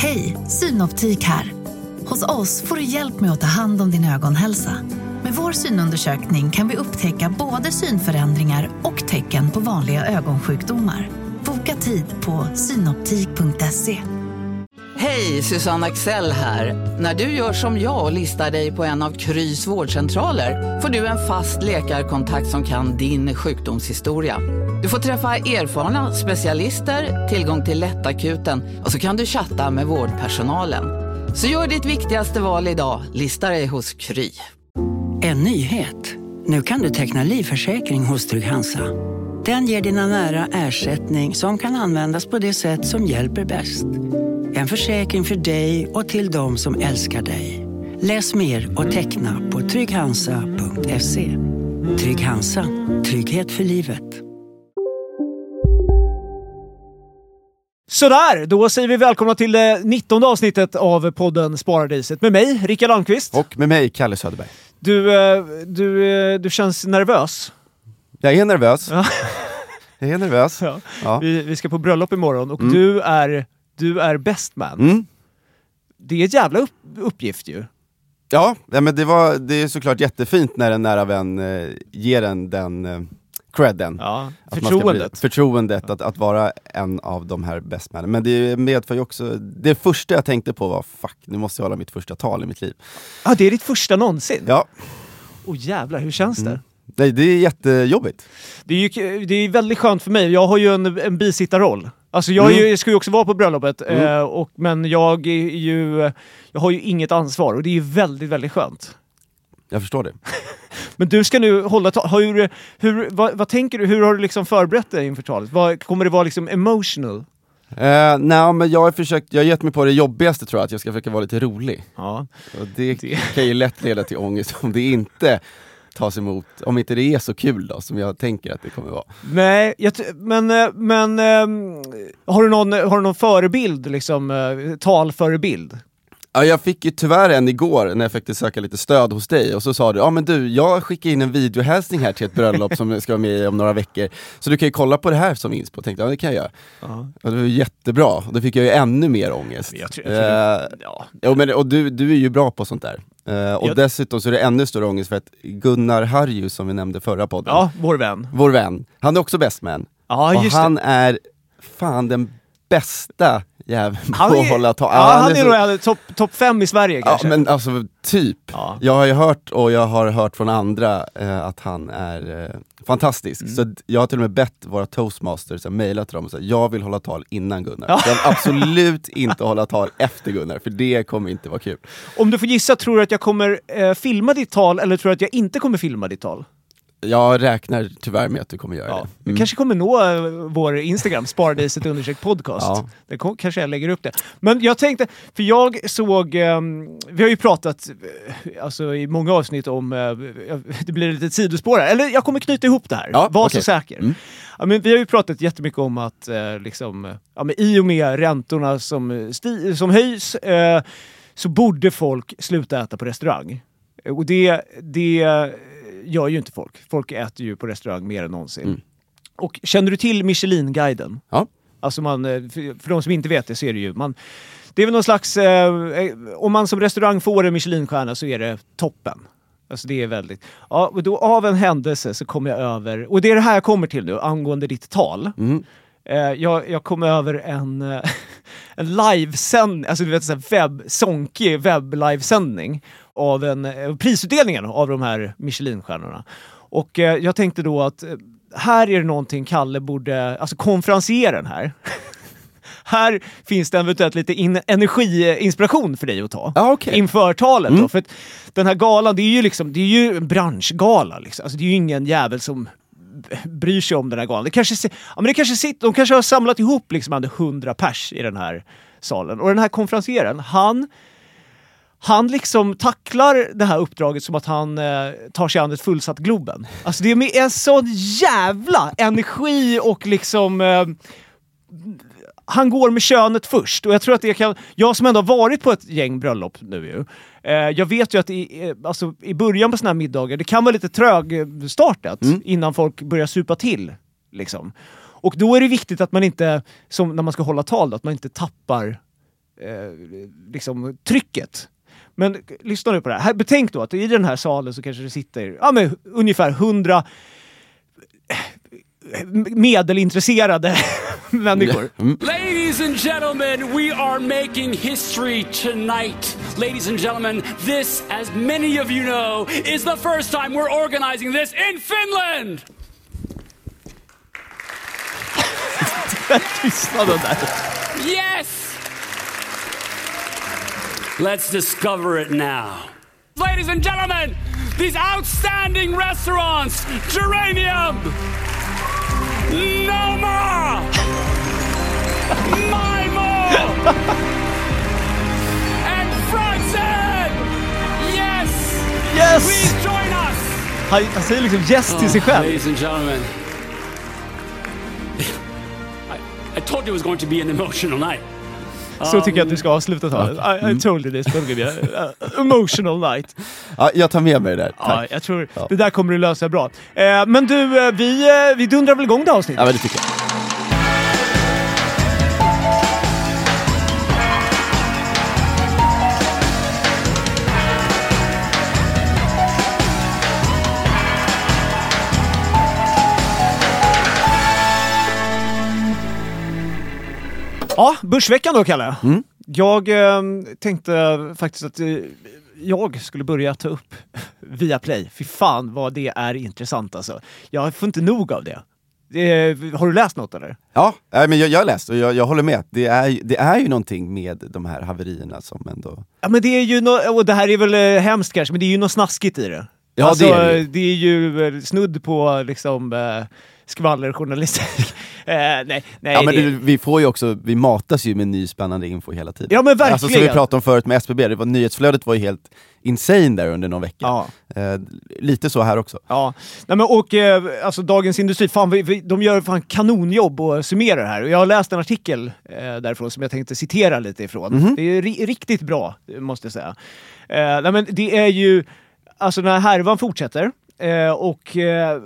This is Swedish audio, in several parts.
Hej, Synoptik här. Hos oss får du hjälp med att ta hand om din ögonhälsa. Med vår synundersökning kan vi upptäcka både synförändringar och tecken på vanliga ögonsjukdomar. Boka tid på synoptik.se. Hej, Susanne Axel här. När du gör som jag och listar dig på en av Krys vårdcentraler får du en fast läkarkontakt som kan din sjukdomshistoria. Du får träffa erfarna specialister, tillgång till lättakuten och så kan du chatta med vårdpersonalen. Så gör ditt viktigaste val idag, lista dig hos Kry. En nyhet. Nu kan du teckna livförsäkring hos Trygg-Hansa. Den ger dina nära ersättning som kan användas på det sätt som hjälper bäst. En försäkring för dig och till de som älskar dig. Läs mer och teckna på trygghansa.se. Trygg-Hansa. Trygghet för livet. Sådär, då säger vi välkomna till det 19:e avsnittet av podden Sparadiset. Med mig, Rickard Landqvist. Och med mig, Kalle Söderberg. Du känns nervös. Jag är nervös. Ja. Jag är nervös. Ja. Ja. Vi ska på bröllop imorgon och du är best man. Mm. Det är en jävla uppgift ju. Ja, men det är såklart jättefint när en nära vän ger en den credden. Ja, förtroendet. Förtroendet att vara en av de här best männen. Men det medför ju också, det första jag tänkte på var nu måste jag hålla mitt första tal i mitt liv. Ja, det är ditt första någonsin? Ja. Jävlar, hur känns det? Nej, det är jättejobbigt. Det är väldigt skönt för mig. Jag har ju en bisittarroll. Alltså jag ska ju också vara på bröllopet men jag har ju inget ansvar och det är ju väldigt, väldigt skönt. Jag förstår det. Men du ska nu hålla vad tänker du? Hur har du liksom förberett dig inför talet? Kommer det vara liksom emotional? Nej, men jag har gett mig på det jobbigaste, tror jag, att jag ska försöka vara lite rolig. Ja. Och det kan ju lätt leda till ångest om det inte tas emot, om inte det är så kul då som jag tänker att det kommer vara. Nej, men har du någon förebild, liksom talförebild? Ja, jag fick ju tyvärr en igår när jag fick söka lite stöd hos dig och så sa du, men du, jag skickar in en videohälsning här till ett bröllop som ska vara med om några veckor, så du kan ju kolla på det här som inspo. Tänkte det kan jag göra. Och det var jättebra, och då fick jag ju ännu mer ångest. Och du är ju bra på sånt där. Och dessutom så är det ännu större ångest för att Gunnar Harju, som vi nämnde förra podden. Ja, vår vän. Han är också best man. Ja, och han är fan den bästa jäveln på att hålla tal. Han är nog topp 5 i Sverige kanske. Ja, men alltså typ. Ja. Jag har ju hört, och jag har hört från andra att han är fantastisk. Så jag har till och med bett våra toastmasters att mejla till dem och säga, jag vill hålla tal innan Gunnar. Jag vill absolut inte hålla tal efter Gunnar, för det kommer inte vara kul. Om du får gissa, tror du att jag kommer filma ditt tal, eller tror du att jag inte kommer filma ditt tal? Jag räknar tyvärr med att du kommer göra det. Du kanske kommer nå vår Instagram, Sparadiset_podcast. Det kanske jag lägger upp det. Men jag tänkte, för jag såg, vi har ju pratat alltså, i många avsnitt om, det blir lite sidospår här. Eller jag kommer knyta ihop det här, var så säker. Ja, men vi har ju pratat jättemycket om att men i och med räntorna som höjs så borde folk sluta äta på restaurang. Och det gör ju inte folk. Folk äter ju på restaurang mer än någonsin. Och känner du till Michelin-guiden? Ja. Alltså för de som inte vet det så är det ju... det är väl någon slags... om man som restaurang får en Michelin-stjärna så är det toppen. Alltså det är väldigt... Ja, och då av en händelse så kommer jag över... Och det är det här jag kommer till nu, angående ditt tal. Jag kom över en livesändning, alltså du vet, så sonkig webb-livesändning av prisutdelningen av de här Michelin-stjärnorna. Och jag tänkte då att här är det någonting Kalle borde, alltså konferencieren här. Här finns det eventuellt lite energiinspiration för dig att ta inför talet då. För att den här galan, det är ju en branschgala liksom. Alltså det är ju ingen jävel som bryr sig om den här galan. De kanske har samlat ihop liksom 100 pers i den här salen. Och den här konferencieren, han liksom tacklar det här uppdraget som att han tar sig an ett fullsatt Globen. Alltså det är med en sån jävla energi och liksom... han går med könet först. Och jag tror att jag som ändå har varit på ett gäng bröllop nu ju. Jag vet ju att i början på såna här middagar, det kan vara lite trögstartat innan folk börjar supa till. Liksom. Och då är det viktigt att man inte, som när man ska hålla tal, att man inte tappar liksom trycket. Men lyssna nu på det här. Betänk då att i den här salen så kanske det sitter ungefär 100 medelintresserade människor. Ladies and gentlemen, we are making history tonight. Ladies and gentlemen, this, as many of you know, is the first time we're organizing this in Finland! Tystnaden där. Yes! Let's discover it now. Ladies and gentlemen, these outstanding restaurants, Geranium, Noma, Maimo, and Franzen! Yes! Yes! Please join us! Han säger liksom yes till sig själv. Ladies and gentlemen, I told you it was going to be an emotional night. Så tycker jag att du ska avsluta talet. I told you this, don't give you emotional night. Ja, jag tar med mig det där. Tack. Ja, jag tror det där kommer du lösa bra. Men du, vi dundrar väl igång det avsnittet? Ja, men det tycker jag. Ja, Börsveckan då, Kalle. Jag tänkte faktiskt att jag skulle börja ta upp Viaplay. Fy fan vad det är intressant alltså. Jag får inte nog av det. Har du läst något eller? Ja, men jag har läst och jag håller med. Det är ju någonting med de här haverierna som ändå... Ja, men det är ju och det här är väl hemskt kanske, men det är ju något snaskigt i det. Ja, alltså, det är ju snudd på liksom skvallerjournalistik. Nej, ja, men vi får ju också, vi matas ju med ny spännande info hela tiden. Ja, men verkligen. Alltså, som vi pratade om förut med SBB, nyhetsflödet var ju helt insane där under någon vecka. Ja. Lite så här också. Ja, nej, men alltså Dagens Industri, fan, de gör fan kanonjobb och summerar det här. Och jag har läst en artikel därifrån som jag tänkte citera lite ifrån. Det är riktigt bra, måste jag säga. Nej, men det är ju, alltså den här härvan fortsätter och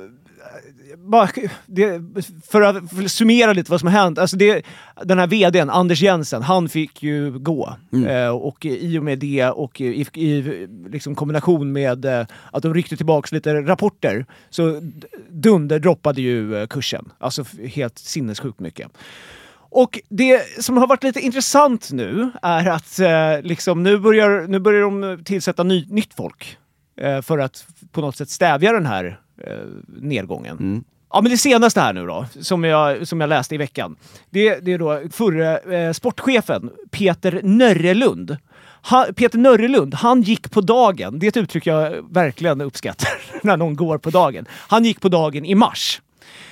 för att summera lite vad som har hänt, alltså den här vdn, Anders Jensen, han fick ju gå och i och med det och i liksom kombination med att de ryckte tillbaka lite rapporter så droppade ju kursen, alltså helt sinnessjukt mycket. Och det som har varit lite intressant nu är att liksom, nu börjar de tillsätta nytt folk för att på något sätt stävja den här nedgången. Ja, men det senaste här nu då, som jag läste i veckan, det är då förre sportchefen Peter Nörrelund. Peter Nörrelund, han gick på dagen. Det är ett uttryck jag verkligen uppskattar när någon går på dagen. Han gick på dagen i mars.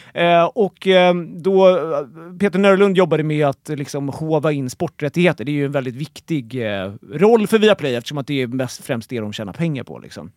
Då Peter Nörrelund jobbade med att liksom hova in sporträttigheter. Det är ju en väldigt viktig roll för Viaplay eftersom att det är främst det de tjänar pengar på liksom.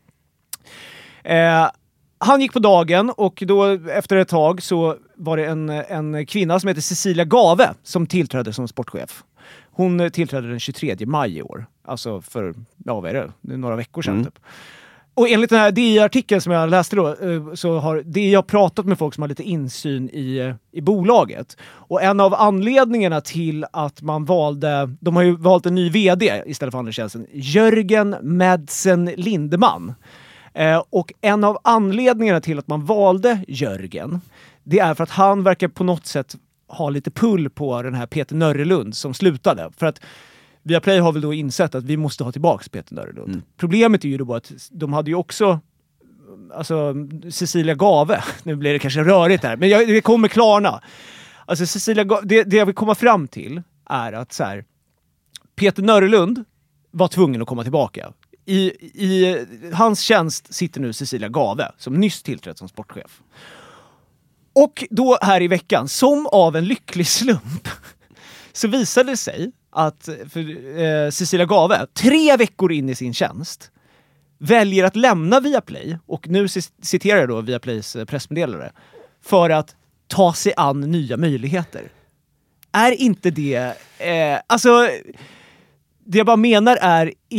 Han gick på dagen och då efter ett tag så var det en kvinna som heter Cecilia Gave som tillträdde som sportchef. Hon tillträdde den 23 maj i år. Alltså för, vad är det? Några veckor sedan typ. Och enligt den här DI-artikeln som jag läste då så har DI pratat med folk som har lite insyn i bolaget. Och en av anledningarna till att de har ju valt en ny vd istället för Anders Jensen, Jörgen Madsen Lindemann. Och en av anledningarna till att man valde Jörgen, det är för att han verkar på något sätt ha lite pull på den här Peter Nörrelund som slutade. För att Viaplay har väl då insett att vi måste ha tillbaka Peter Nörrelund. Problemet är ju då att de hade ju också alltså Cecilia Gave. Nu blir det kanske rörigt här, men det kommer klarna. Alltså Cecilia Gave, det jag vill komma fram till är att så här, Peter Nörrelund var tvungen att komma tillbaka. I hans tjänst sitter nu Cecilia Gave som nyss tillträtt som sportchef. Och då här i veckan, som av en lycklig slump, så visade det sig att Cecilia Gave 3 veckor in i sin tjänst väljer att lämna Viaplay, och nu citerar jag då Viaplays pressmeddelare, för att ta sig an nya möjligheter. Är inte det... alltså, det jag bara menar är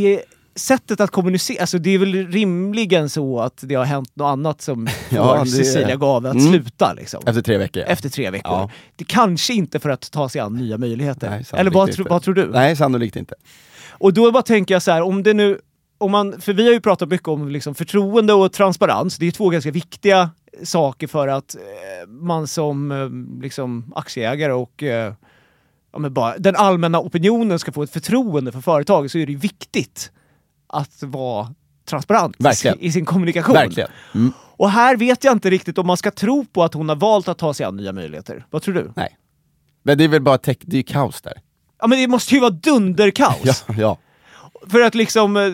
sättet att kommunicera, alltså det är väl rimligen så att det har hänt något annat som får Cecilia Gave att sluta liksom. Efter 3 veckor. Efter 3 veckor. Ja. Det kanske inte för att ta sig an nya möjligheter. Nej, eller vad tror du? Nej, sannolikt inte. Och då bara tänker jag så här, för vi har ju pratat mycket om liksom förtroende och transparens. Det är 2 ganska viktiga saker för att man som liksom aktieägare och bara den allmänna opinionen ska få ett förtroende för företaget, så är det viktigt att vara transparent i sin kommunikation. Verkligen. Mm. Och här vet jag inte riktigt om man ska tro på att hon har valt att ta sig an nya möjligheter. Vad tror du? Nej. Men det är väl bara det är kaos där. Ja, men det måste ju vara dunderkaos. Ja. För att liksom...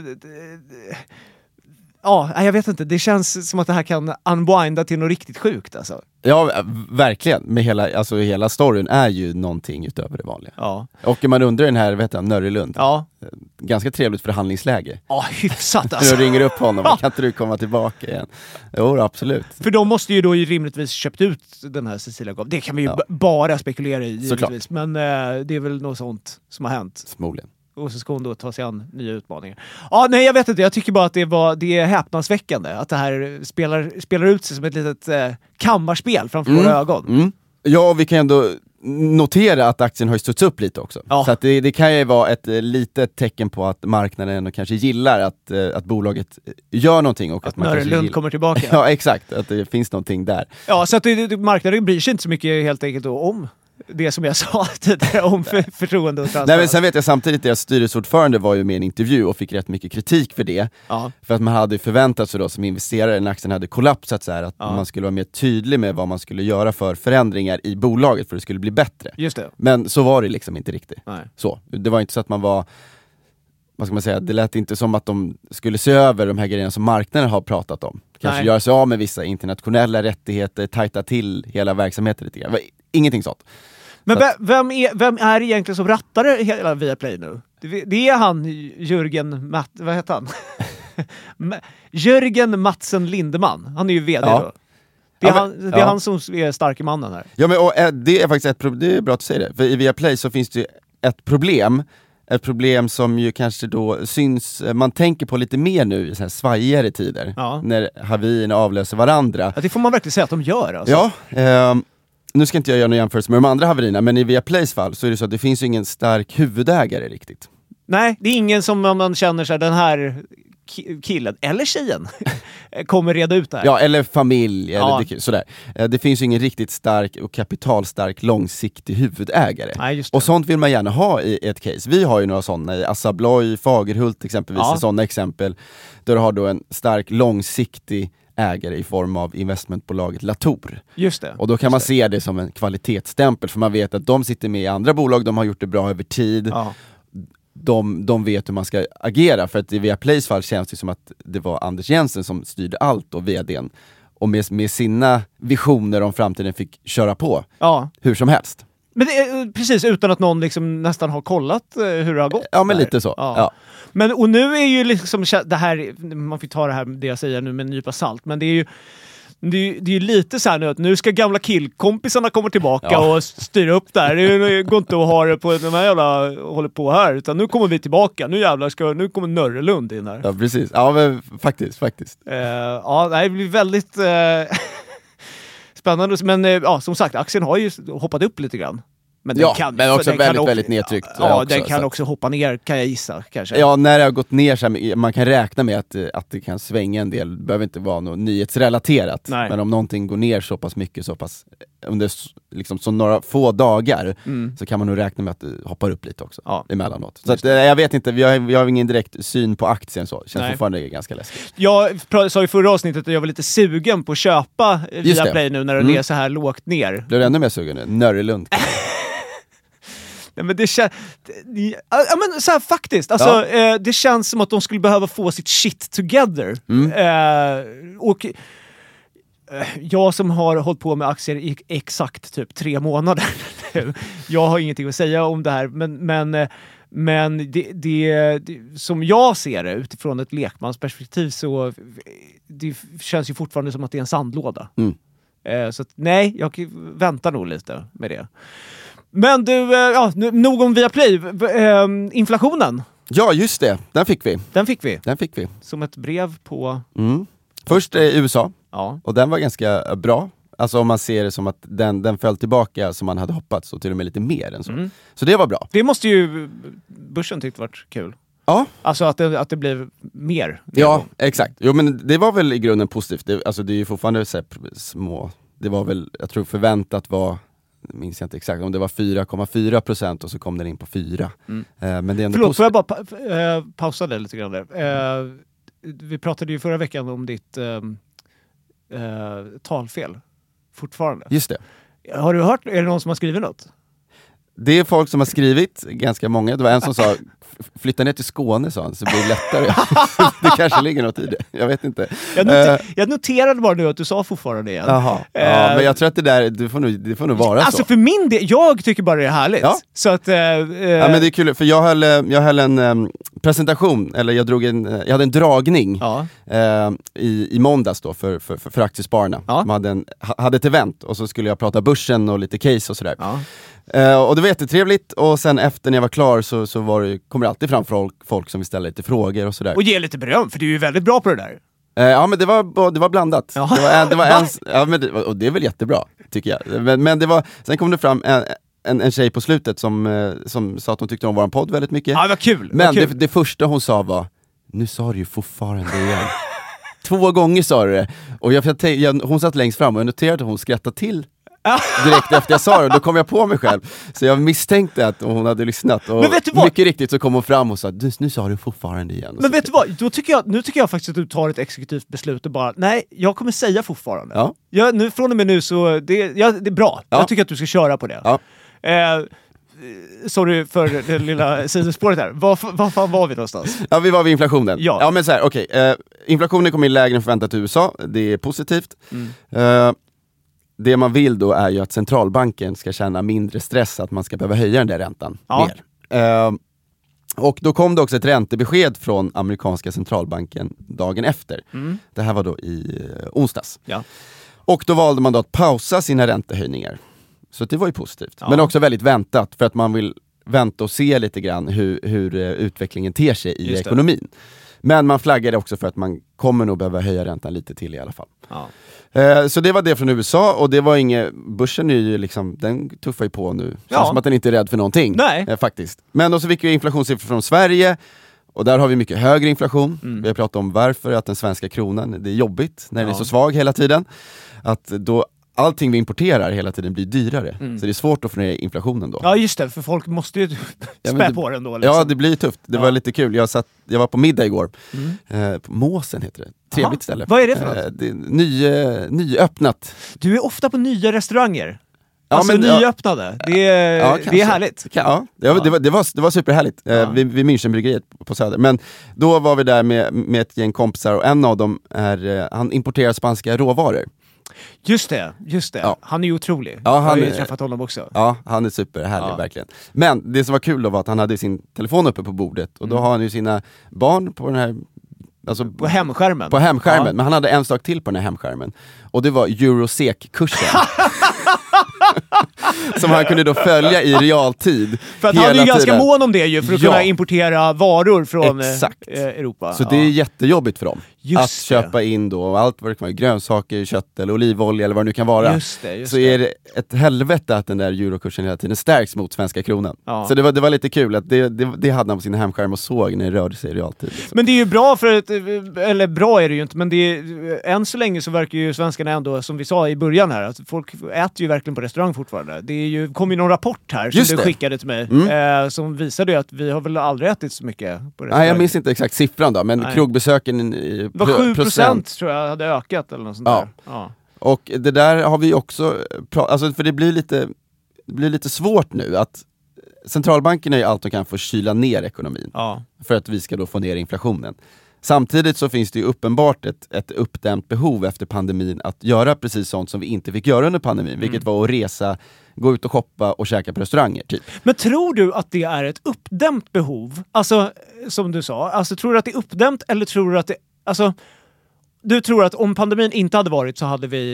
jag vet inte. Det känns som att det här kan unwinda till något riktigt sjukt alltså. Ja, verkligen. Med hela storyn är ju någonting utöver det vanliga. Ja. Och man undrar den här, Nörrelund. Ja. Ganska trevligt förhandlingsläge. Ja, hyfsat alltså. Jag ringer upp honom, kan inte du komma tillbaka igen? Jo, absolut. För de måste ju då rimligtvis köpt ut den här Cecilia Gave. Det kan vi ju bara spekulera i givetvis. Men det är väl något sånt som har hänt. Förmodligen. Och så ska hon då ta sig an nya utmaningar. Ja, nej jag vet inte. Jag tycker bara att det är häpnadsväckande att det här spelar ut sig som ett litet kammarspel framför våra ögon. Mm. Ja, vi kan ändå notera att aktien har studsat upp lite också. Ja. Så att det kan ju vara ett litet tecken på att marknaden kanske gillar att bolaget gör någonting. Och att Nörrelund kommer tillbaka. Ja, exakt. Att det finns någonting där. Ja, så att marknaden bryr sig inte så mycket helt enkelt om det som jag sa tidigare om förtroende och transparens. Nej, men sen vet jag samtidigt att deras styrelseordförande var ju med i en intervju och fick rätt mycket kritik för det. Ja. För att man hade förväntat sig då som investerare när aktien hade kollapsat så här, att man skulle vara mer tydlig med vad man skulle göra för förändringar i bolaget för att det skulle bli bättre. Just det. Men så var det liksom inte riktigt. Nej. Så. Det var inte så att man var, vad ska man säga, det lät inte som att de skulle se över de här grejerna som marknaden har pratat om. Kanske göra sig av med vissa internationella rättigheter, tajta till hela verksamheten lite grann. Ingenting sånt. Men vem är egentligen som rattar hela Viaplay nu? Det är han Jörgen vad heter han? Jörgen Matsen Lindeman. Han är ju vd då. Det är han som är starke mannen här. Ja, men det är faktiskt det är bra att säga det. För i Viaplay så finns det ju ett problem som ju kanske då syns, man tänker på lite mer nu i så här svajigare tider. Ja. När haverierna avlöser varandra. Ja, det får man verkligen säga att de gör alltså. Ja, nu ska inte jag göra någon jämförelse med de andra haverierna, men i Viaplays fall så är det så att det finns ju ingen stark huvudägare riktigt. Nej, det är ingen som man känner sig den här killen, eller tjejen, kommer reda ut det här. Ja, eller familj, eller sådär. Det finns ju ingen riktigt stark och kapitalstark långsiktig huvudägare. Nej, just det. Och sånt vill man gärna ha i ett case. Vi har ju några sådana i Assa Abloy, Fagerhult exempelvis, sådana exempel. Där du har då en stark långsiktig ägare i form av investmentbolaget Latour. Just det. Och då kan man se det som en kvalitetsstämpel, för man vet att de sitter med i andra bolag, de har gjort det bra över tid. Ja. De vet hur man ska agera, för att i Viaplays fall känns det som att det var Anders Jensen som styrde allt och vdn. Och med sina visioner om framtiden fick köra på hur som helst. Men det är, precis, utan att någon liksom nästan har kollat hur det har gått. Ja, men lite så. Ja. Men, och nu är ju liksom det här, man får ta det jag säger nu med en nypa salt, men det är ju lite så här nu att nu ska gamla killkompisarna komma tillbaka och styra upp där. Det går inte att ha det på de här jävla håller på här, utan nu kommer vi tillbaka. Nu jävlar nu kommer Nörrelund in här. Ja, precis. Ja, men faktiskt. Det blir väldigt spännande. Men som sagt, aktien har ju hoppat upp lite grann. Men men också väldigt nedtryckt. Ja, den kan också hoppa ner, kan jag gissa kanske. Ja, när det har gått ner så här, man kan räkna med att det kan svänga en del. Det behöver inte vara något nyhetsrelaterat. Nej. Men om någonting går ner så pass mycket, under liksom så några få dagar, så kan man nog räkna med att det hoppar upp lite också emellanåt. Så att, jag vet inte, vi har ingen direkt syn på aktien så. Känns fortfarande ganska läskigt. Jag sa i förra avsnittet att jag var lite sugen på att köpa Viaplay nu när det är så här lågt ner. Blir du ännu mer sugen nu? Nörrelund. Nej, men det känns... men så här, faktiskt. Alltså, det känns som att de skulle behöva få sitt shit together. Och jag som har hållit på med aktier i exakt typ 3 månader. Jag har ingenting att säga om det här. Men det som jag ser det utifrån ett lekmansperspektiv, så det känns ju fortfarande som att det är en sandlåda. Så att, nej, jag väntar nog lite med det. Men du, nog om Viaplay. Inflationen Ja, just det. Den fick vi. Som ett brev på... Först USA. Ja. Och den var ganska bra. Alltså om man ser det som att den föll tillbaka som man hade hoppats och till och med lite mer än så. Så det var bra. Det måste ju börsen tyckt varit kul. Ja. Alltså att det blev mer. Ja, exakt. Jo, men det var väl i grunden positivt. Det är ju fortfarande så små. Det var väl, jag tror förväntat var, minns jag inte exakt, om det var 4,4% och så kom den in på 4. Men det är ändå Förlåt, får jag bara pausa det lite grann där. Vi pratade ju förra veckan om ditt talfel. Fortfarande. Just det. Har du hört, är det någon som har skrivit något? Det är folk som har skrivit, ganska många. Det var en som sa, flytta ner till Skåne, sa han, så blir det lättare. Det kanske ligger något i det, jag vet inte. Jag noterade bara nu att du sa fortfarande igen. Jaha, men jag tror att det får nog vara alltså så. För min del, jag tycker bara det är härligt. Ja. Så att, ja, men det är kul, för jag höll en presentation, eller jag hade en dragning i måndags då för aktiespararna. Ja. De hade ett event och så skulle jag prata börsen och lite case och sådär. Ja. Och det var jättetrevligt, och sen efter när jag var klar så kommer det alltid fram folk som vill ställa lite frågor och sådär. Och ge lite beröm, för du är ju väldigt bra på det där. Ja, men det var blandat. Ja. Det var och det är väl jättebra, tycker jag. Men det var, sen kom det fram en tjej på slutet som sa att hon tyckte om våran podd väldigt mycket. Ja, det var kul. Men det första hon sa var, nu sa du ju fortfarande igen. 2 gånger sa du det. Och hon satt längst fram och jag noterade att hon skrattade till direkt efter jag sa det, då kom jag på mig själv. Så jag misstänkte att hon hade lyssnat. Och mycket riktigt så kom hon fram och sa, nu sa du fortfarande igen. Men vet du vad, nu tycker jag faktiskt att du tar ett exekutivt beslut och bara, nej, jag kommer säga fortfarande. Ja. Från och med nu så, det är bra. Ja. Jag tycker att du ska köra på det. Ja. Sorry för det lilla sidospåret här. Var fan var vi någonstans? Ja, vi var vid inflationen. Ja men så här, okej. Inflationen kommer in lägre än förväntat i USA. Det är positivt. Det man vill då är ju att centralbanken ska känna mindre stress att man ska behöva höja den där räntan mer. Och då kom det också ett räntebesked från amerikanska centralbanken dagen efter. Det här var då i onsdags. Ja. Och då valde man då att pausa sina räntehöjningar. Så det var ju positivt. Men också väldigt väntat, för att man vill vänta och se lite grann hur utvecklingen ter sig i ekonomin. Men man flaggade också för att man kommer nog behöva höja räntan lite till i alla fall. Ja. Så det var det från USA, och det var börsen är ju liksom, den tuffar ju på nu. Känns som att den inte är rädd för någonting. Nej. Faktiskt. Men då så fick vi inflationssiffror från Sverige, och där har vi mycket högre inflation. Vi har pratat om varför, att den svenska kronan, det är jobbigt när den är så svag hela tiden. Att då allting vi importerar hela tiden blir dyrare. Så det är svårt att få ner inflationen då. Ja, just det, för folk måste ju spä på den då. Liksom. Ja, det blir tufft. Det var lite kul. Jag var på middag igår. På Måsen heter det. Trevligt ställe. Vad är det för något? Det är nyöppnat. Du är ofta på nya restauranger. Alltså nyöppnade. Det är härligt. Det var superhärligt. Vid Münchenbryggeriet på Söder. Men då var vi där med ett gäng kompisar, och en av dem han importerar spanska råvaror. Just det. Ja. Han är ju otrolig. Ja, jag har ju träffat honom också. Ja, han är superhärlig, verkligen. Men det som var kul då var att han hade sin telefon uppe på bordet, och då har han ju sina barn på den här, alltså på hemskärmen. Men han hade en sak till på den här hemskärmen, och det var Eurosec-kursen. Som han kunde då följa i realtid. För att han är ju ganska mån om det ju, för att kunna importera varor från Europa. Så det är jättejobbigt för dem. Att köpa in då allt vad det kan vara, grönsaker, kött eller olivolja eller vad det nu kan vara. Så är det ett helvete att den där eurokursen hela tiden stärks mot svenska kronan. Så det var lite kul att det hade han på sin hemskärm och såg när det rörde sig i realtid. Liksom. Men det är ju bra eller bra är det ju inte, men än så länge så verkar ju svenskarna ändå, som vi sa i början här, att folk äter ju verkligen på restaurang fortfarande. Det kom ju någon rapport här som du skickade till mig som visade ju att vi har väl aldrig ätit så mycket på restaurang. Nej, jag minns inte exakt siffran då, men krogbesöken var 7% tror jag hade ökat eller något sånt där. Ja. Och det där har vi också alltså för det blir lite svårt nu att centralbanken är ju allt de kan för att kyla ner ekonomin för att vi ska då få ner inflationen. Samtidigt så finns det ju uppenbart ett uppdämt behov efter pandemin att göra precis sånt som vi inte fick göra under pandemin, vilket var att resa, gå ut och shoppa och käka på restauranger typ. Men tror du att det är ett uppdämt behov? Alltså, som du sa, alltså tror du att det är uppdämt, eller tror du att det, alltså, du tror att om pandemin inte hade varit så hade vi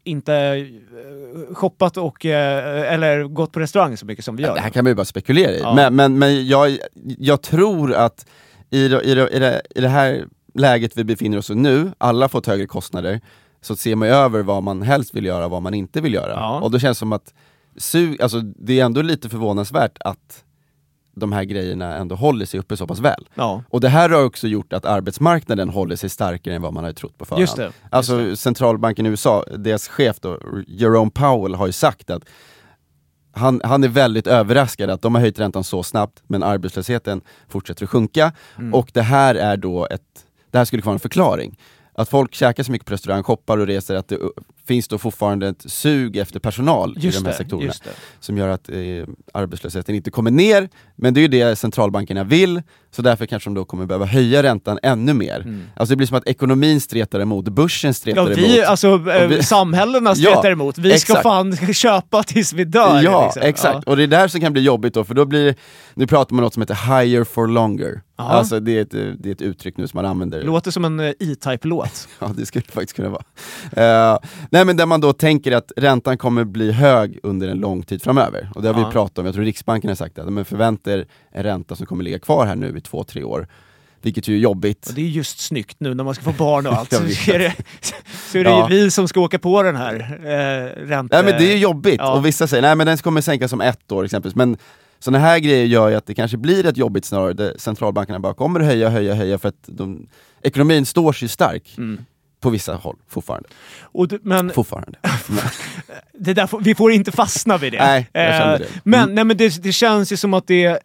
inte shoppat och eller gått på restaurang så mycket som vi gör. Det här kan man ju bara spekulera i. Men jag tror att i det här läget vi befinner oss i nu, alla har fått högre kostnader, så ser man över vad man helst vill göra och vad man inte vill göra. Ja. Och då känns det som att alltså, det är ändå lite förvånansvärt att de här grejerna ändå håller sig uppe så pass väl. Ja. Och det här har också gjort att arbetsmarknaden håller sig starkare än vad man har trott på förhand. Just det. Alltså centralbanken i USA, deras chef då, Jerome Powell, har ju sagt att han är väldigt överraskad att de har höjt räntan så snabbt, men arbetslösheten fortsätter att sjunka. Och det här är då det här skulle vara en förklaring. Att folk käkar så mycket på restaurang, shoppar och reser, att det finns då fortfarande ett sug efter personal i de här sektorerna. Som gör att arbetslösheten inte kommer ner, men det är ju det centralbankerna vill, så därför kanske de då kommer behöva höja räntan ännu mer. Alltså det blir som att ekonomin stretar emot, börsen stretar emot. Alltså samhällena stretar emot. Vi ska fan köpa tills vi dör. Ja, liksom. exakt. Och det är där som kan bli jobbigt då, för då blir nu pratar man om något som heter higher for longer. Aha. Alltså det är ett uttryck nu som man använder. Låter som en E-Type-låt. Ja, det skulle faktiskt kunna vara. Nej, men där man då tänker att räntan kommer bli hög under en lång tid framöver. Och det har vi pratat om, jag tror Riksbanken har sagt att man förväntar en ränta som kommer ligga kvar här nu i 2-3 år. Vilket ju är jobbigt. Och det är just snyggt nu när man ska få barn och allt. så är det ju vi som ska åka på den här räntan. Nej, men det är ju jobbigt. Och vissa säger, nej men den kommer sänkas om 1 år exempelvis. Men sådana här grejer gör ju att det kanske blir ett jobbigt snarare, där centralbankerna bara kommer att höja för att ekonomin står sig stark på vissa håll fortfarande. Fortfarande. Det där vi får inte fastna vid det. Nej, jag kände det. Men det känns ju som att det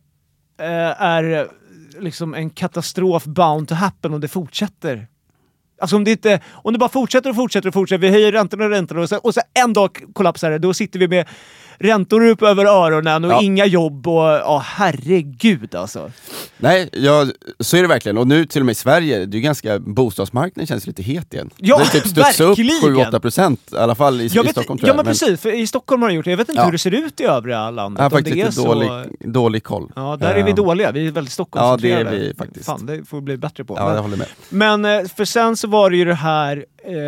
är liksom en katastrof bound to happen om det fortsätter. Alltså om det bara fortsätter, vi höjer räntorna och så en dag kollapsar det, då sitter vi med räntor upp över öronen och inga jobb och herregud alltså. Nej, så är det verkligen. Och nu till och med i Sverige, det är ganska, bostadsmarknaden känns lite het igen. Ja, det typ studsar upp 7-8% i alla fall i Stockholm tror jag. Ja men precis, för i Stockholm har det gjort det. Jag vet inte hur det ser ut i övriga landet. Jag har faktiskt lite dålig koll. Ja, där är vi dåliga. Vi är väldigt Stockholmscentrerade. Ja, det är vi faktiskt. Fan, det får vi bli bättre på. Ja, jag håller med. Men för sen så var det ju det här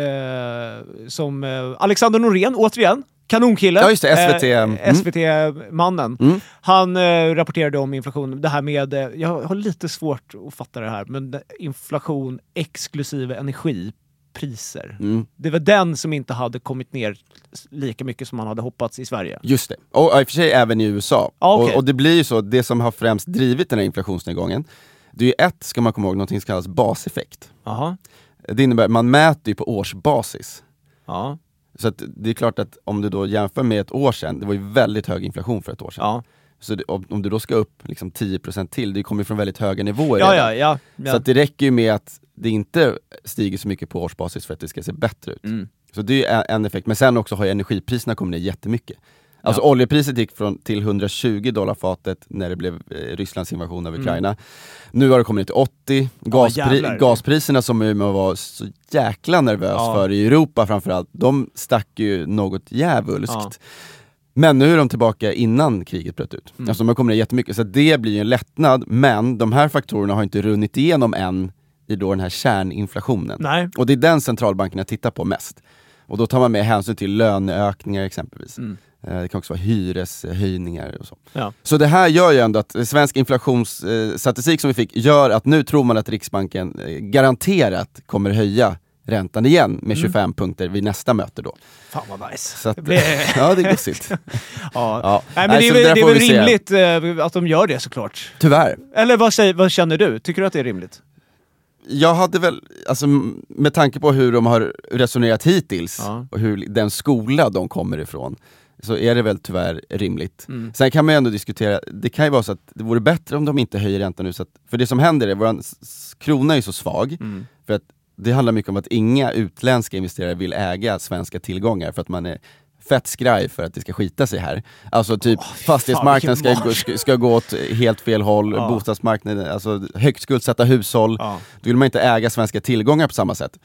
som Alexander Norén, återigen, kanonkille. Ja just det, SVT-mannen. Han rapporterade om inflation. Det här med, jag har lite svårt att fatta det här, men inflation exklusive energipriser. Det var den som inte hade kommit ner lika mycket som man hade hoppats i Sverige. Just det. Och i och för sig även i USA. Och det blir ju så, det som har främst drivit den här inflationsnedgången, det är ju ska man komma ihåg, någonting som kallas baseffekt. Aha. Det innebär, man mäter ju på årsbasis. Ja. Så att det är klart att om du då jämför med ett år sedan, det var ju väldigt hög inflation för ett år sedan. Ja. Så om du då ska upp liksom 10% till, det kommer från väldigt höga nivåer. Ja. Så att det räcker ju med att det inte stiger så mycket på årsbasis för att det ska se bättre ut. Så det är en effekt. Men sen också har ju energipriserna kommit ner jättemycket. Alltså oljepriset gick till $120 fatet när det blev Rysslands invasion av Ukraina. Nu har det kommit ner till 80. Gaspriserna som man var så jäkla nervös för i Europa framförallt, de stack ju något djävulskt. Men nu är de tillbaka innan kriget bröt ut. Alltså de har kommit ner jättemycket, så det blir ju en lättnad. Men de här faktorerna har inte runnit igenom än i då den här kärninflationen. Nej. Och det är den centralbankerna tittar på mest. Och då tar man med hänsyn till löneökningar exempelvis. Det kan också vara hyreshöjningar och så. Ja. Så det här gör ju ändå att svensk inflationsstatistik som vi fick gör att nu tror man att Riksbanken garanterat kommer höja räntan igen med 25 punkter vid nästa möte då. Fan vad nice. Så att, ja, det är gosigt. Nej, men det är väl rimligt att de gör det såklart. Tyvärr. Eller vad känner du? Tycker du att det är rimligt? Jag hade väl, alltså med tanke på hur de har resonerat hittills och hur den skola de kommer ifrån, så är det väl tyvärr rimligt. Sen kan man ju ändå diskutera, det kan ju vara så att det vore bättre om de inte höjer räntan nu, så att, för det som händer är, vår krona är så svag, för att det handlar mycket om att inga utländska investerare vill äga svenska tillgångar för att man är fett skraj för att det ska skita sig här. Alltså typ fastighetsmarknaden ska gå åt helt fel håll, bostadsmarknaden, alltså högt skuldsatta hushåll. Då vill man inte äga svenska tillgångar på samma sätt.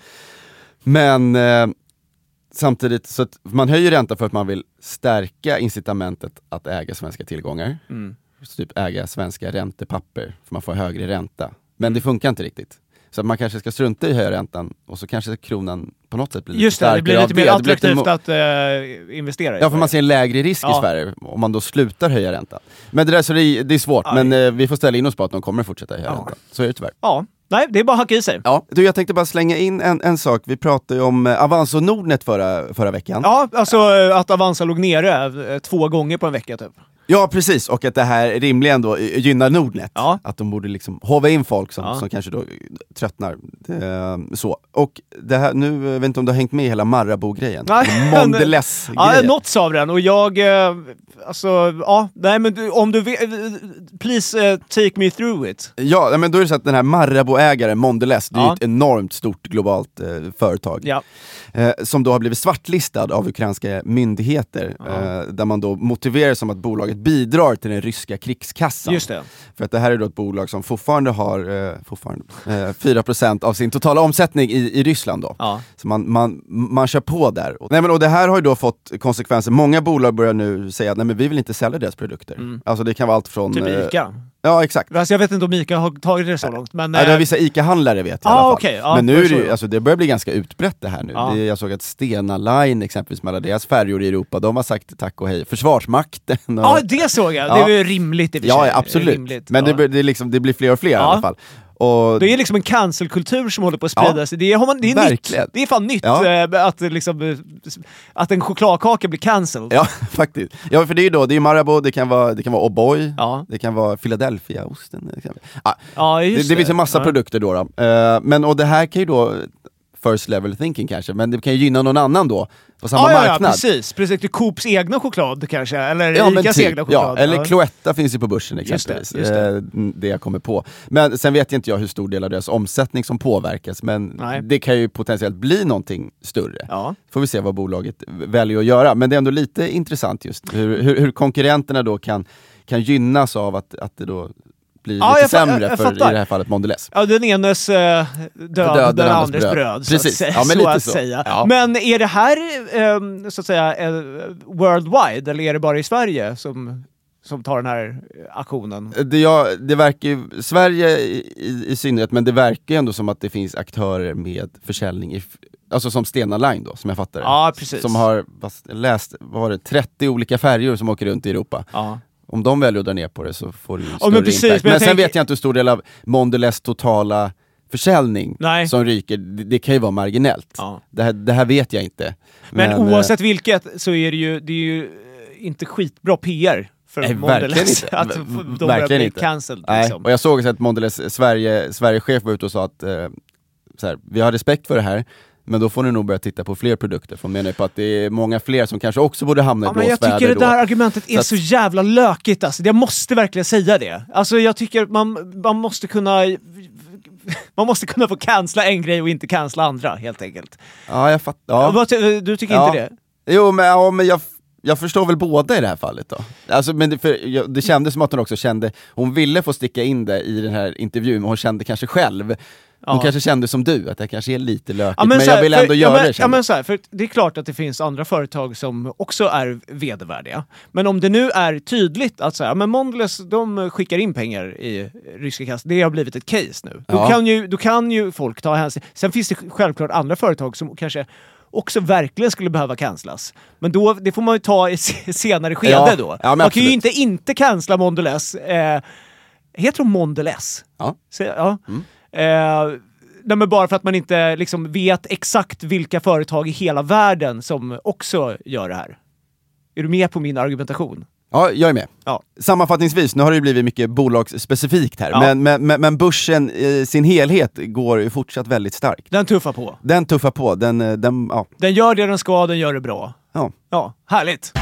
Men samtidigt så att man höjer ränta för att man vill stärka incitamentet att äga svenska tillgångar. Så typ äga svenska räntepapper för man får högre ränta. Men det funkar inte riktigt. Så att man kanske ska strunta i höja räntan och så kanske kronan på något sätt blir lite just starkare. Det blir lite mer attraktivt att investera i. Ja, för man ser en lägre risk i Sverige om man då slutar höja räntan. Men det där, så det är svårt, men vi får ställa in oss på att de kommer fortsätta höja räntan. Så är det tyvärr. Ja, nej, det är bara att hacka i sig. Ja, jag tänkte bara slänga in en sak. Vi pratade ju om Avanza och Nordnet förra veckan. Ja, alltså att Avanza låg nere 2 gånger på en vecka typ. Ja, precis. Och att det här rimligen då gynnar Nordnet. Ja. Att de borde liksom hova in folk som kanske då tröttnar. Så. Och det här, nu vet inte om du har hängt med i hela Marabou-grejen. Mondelez-grejen. Ja, något av den. Och jag, men om du please take me through it. Ja, men då är det så att den här Marabou-ägaren, Mondelez, det är ju ett enormt stort globalt företag. Ja. Som då har blivit svartlistad av ukrainska myndigheter. Där man då motiverar som att bolaget bidrar till den ryska krigskassan. Just det. För att det här är då ett bolag som fortfarande har 4% av sin totala omsättning i Ryssland då. Ja. Så man kör på där. Och det här har ju då fått konsekvenser. Många bolag börjar nu säga att nej, men vi vill inte sälja deras produkter. Alltså det kan vara allt från... Typ Ica. Ja, exakt. Alltså jag vet inte om Ica har tagit det så långt. Men, det är vissa Ica-handlare vet jag i alla fall. Okay. Men nu är det ju, alltså det börjar bli ganska utbrett det här nu. Jag såg att Stena Line exempelvis med alla deras färjor i Europa, de har sagt tack och hej. Försvarsmakten. Ja, det såg jag. Det är ju rimligt i och för sig. Ja, absolut. Rimligt. Men det blir fler och fler i alla fall. Och det är liksom en cancelkultur som håller på att sprida sig. Det är nytt. Det är fan nytt att en chokladkaka blir cancelled. Ja, faktiskt. Ja, för det är ju Marabou, det kan vara O'boy, det kan vara Philadelphia-osten. Det finns en massa produkter då. Men och det här kan ju då first level thinking kanske, men det kan ju gynna någon annan då på samma marknad. Ja, precis. Det är Coops egna choklad kanske, eller Icas egna choklad. Ja, eller Cloetta finns ju på börsen exempelvis. Just det jag kommer på. Men sen vet inte jag hur stor del av deras omsättning som påverkas, men det kan ju potentiellt bli någonting större. Ja. Får vi se vad bolaget väljer att göra. Men det är ändå lite intressant just hur konkurrenterna då kan gynnas av att det då blir lite sämre för i det här fallet Mondelez. Ja, den enes död, den andres bröd. Precis. Så att säga. Ja. Men är det här så att säga worldwide, eller är det bara i Sverige som tar den här aktionen? Det verkar ju, Sverige i synnerhet, men det verkar ju ändå som att det finns aktörer med försäljning alltså som Stena Line då, som jag fattar det. Ja, precis. Som har läst, 30 olika färjor som åker runt i Europa. Ja. Om de väljer att dra ner på det så får det ju större impact. Men sen vet jag inte hur stor del av Mondelez totala försäljning som ryker. Det kan ju vara marginellt. Ja. Det här vet jag inte. Men oavsett vilket så är det är ju inte skitbra PR för Mondelez att de börjar bli cancelled. Liksom. Och jag såg att Mondelez Sverige-chef var ute och sa att vi har respekt för det här, men då får ni nog börja titta på fler produkter, för de menar på att det är många fler som kanske också borde hamna i blåsväder. Jag tycker det där argumentet är så jävla lökigt alltså. Jag måste verkligen säga det. Alltså jag tycker man måste kunna få cancella en grej och inte cancella andra, helt enkelt. Ja, jag fattar. Ja. Du tycker inte det? Jo, men jag förstår väl båda i det här fallet då. Alltså, men det kändes som att hon också hon ville få sticka in det i den här intervjun, men hon kände kanske själv. Hon kanske kände som du, att det kanske är lite lökigt, men jag vill ändå göra det. Men så här, för det är klart att det finns andra företag som också är vedervärdiga. Men om det nu är tydligt att så här, men Mondelez, de skickar in pengar i ryska kassan, det har blivit ett case nu. Då kan ju folk ta hänsyn. Sen finns det självklart andra företag som kanske också verkligen skulle behöva cancelas. Men det får man ju ta i senare skede då. Ja, man kan ju inte cancella Mondelez. Heter de Mondelez? Ja. Men bara för att man inte liksom vet exakt vilka företag i hela världen som också gör det här. Är du med på min argumentation? Ja, jag är med. Ja. Sammanfattningsvis, nu har det ju blivit mycket bolagsspecifikt här, men börsen i sin helhet går ju fortsatt väldigt starkt. Den tuffar på. Den gör det den ska, den gör det bra. Ja, härligt.